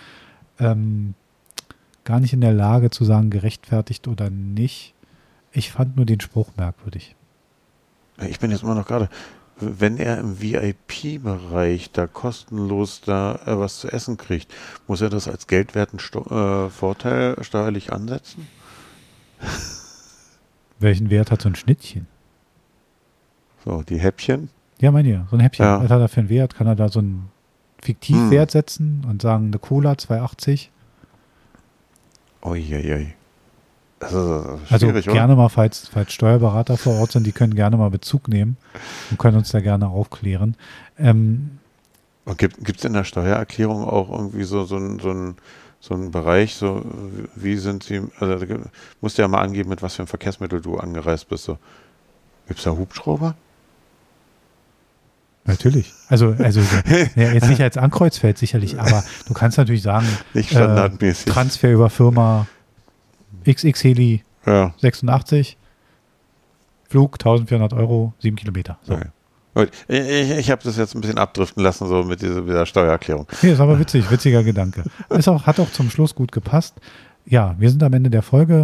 gar nicht in der Lage zu sagen, gerechtfertigt oder nicht. Ich fand nur den Spruch merkwürdig. Ich bin jetzt immer noch gerade, wenn er im VIP-Bereich da kostenlos was zu essen kriegt, muss er das als geldwerten Vorteil steuerlich ansetzen? Welchen Wert hat so ein Schnittchen? So, die Häppchen? Ja, meine ich. So ein Häppchen. Ja. Was hat er für einen Wert? Kann er da so ein Fiktivwert setzen und sagen, eine Cola 2,80. Uiuiui. Das ist Also schwierig, gerne mal, falls Steuerberater vor Ort sind, die können gerne mal Bezug nehmen und können uns da gerne aufklären. Und gibt es in der Steuererklärung auch irgendwie so einen Bereich, so wie sind Sie, also da musst du ja mal angeben, mit was für ein Verkehrsmittel du angereist bist. So. Gibt es da Hubschrauber? Natürlich. Also ja, jetzt nicht als Ankreuzfeld sicherlich, aber du kannst natürlich sagen, Nicht standardmäßig. Transfer über Firma XX Heli 86, Flug 1.400 €, 7 Kilometer. So. Okay. Gut. Ich habe das jetzt ein bisschen abdriften lassen, so mit dieser Steuererklärung. Nee, ist aber witziger Gedanke. Hat auch zum Schluss gut gepasst. Ja, wir sind am Ende der Folge.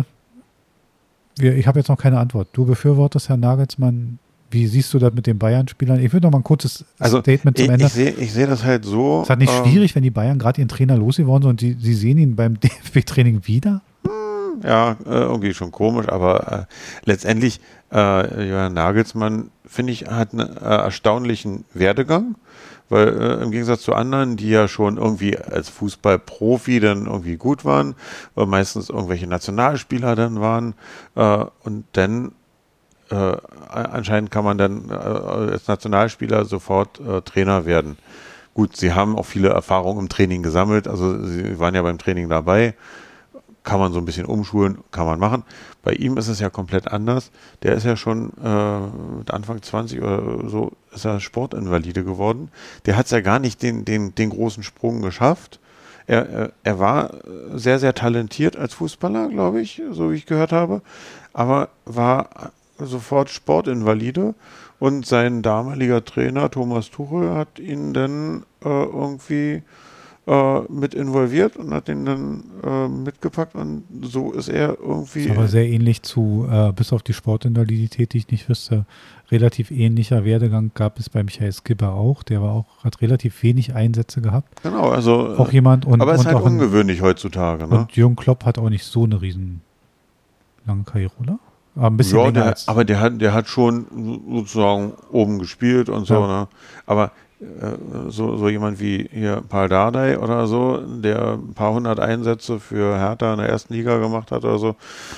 Ich habe jetzt noch keine Antwort. Du befürwortest Herrn Nagelsmann. Wie siehst du das mit den Bayern-Spielern? Ich würde noch mal ein kurzes Statement zum Ende. Ich sehe das halt so. Ist das nicht schwierig, wenn die Bayern gerade ihren Trainer losgeworden sind und sie sehen ihn beim DFB-Training wieder? Ja, irgendwie schon komisch, aber letztendlich, Julian Nagelsmann, finde ich, hat einen erstaunlichen Werdegang, weil im Gegensatz zu anderen, die ja schon irgendwie als Fußballprofi dann irgendwie gut waren, meistens irgendwelche Nationalspieler dann waren und dann anscheinend kann man dann als Nationalspieler sofort Trainer werden. Gut, sie haben auch viele Erfahrungen im Training gesammelt, also sie waren ja beim Training dabei, kann man so ein bisschen umschulen, kann man machen. Bei ihm ist es ja komplett anders. Der ist ja schon mit Anfang 20 oder so, ist er Sportinvalide geworden. Der hat es ja gar nicht den großen Sprung geschafft. Er war sehr, sehr talentiert als Fußballer, glaube ich, so wie ich gehört habe, aber war sofort Sportinvalide und sein damaliger Trainer Thomas Tuchel hat ihn dann irgendwie mit involviert und hat ihn dann mitgepackt und so ist er irgendwie... Das ist aber sehr ähnlich zu, bis auf die Sportinvalidität, die ich nicht wüsste, relativ ähnlicher Werdegang gab es bei Michael Skipper auch. Der hat relativ wenig Einsätze gehabt. Genau, also... Auch jemand aber es ist halt auch ungewöhnlich heutzutage, ne? Und Jürgen Klopp hat auch nicht so eine riesen lange Karriere, oder? Aber ein bisschen länger aber der hat schon sozusagen oben gespielt und so, ne? Aber so jemand wie hier Paul Dardai oder so, der ein paar hundert Einsätze für Hertha in der ersten Liga gemacht hat oder so.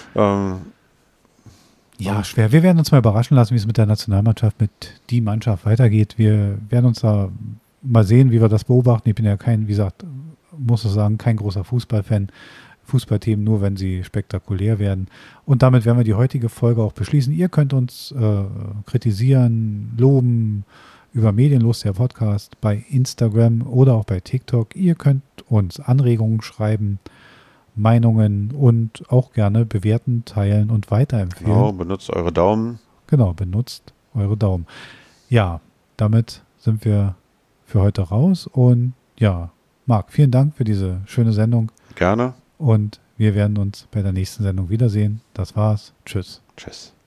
Ja, schwer. Wir werden uns mal überraschen lassen, wie es mit der Nationalmannschaft, mit die Mannschaft weitergeht. Wir werden uns da mal sehen, wie wir das beobachten. Ich bin ja wie gesagt, muss ich sagen, kein großer Fußballfan. Fußballthemen nur, wenn sie spektakulär werden. Und damit werden wir die heutige Folge auch beschließen. Ihr könnt uns kritisieren, loben über Medienlos, der Podcast, bei Instagram oder auch bei TikTok. Ihr könnt uns Anregungen schreiben, Meinungen und auch gerne bewerten, teilen und weiterempfehlen. Genau, benutzt eure Daumen. Genau, benutzt eure Daumen. Ja, damit sind wir für heute raus. Und ja, Marc, vielen Dank für diese schöne Sendung. Gerne. Und wir werden uns bei der nächsten Sendung wiedersehen. Das war's. Tschüss. Tschüss.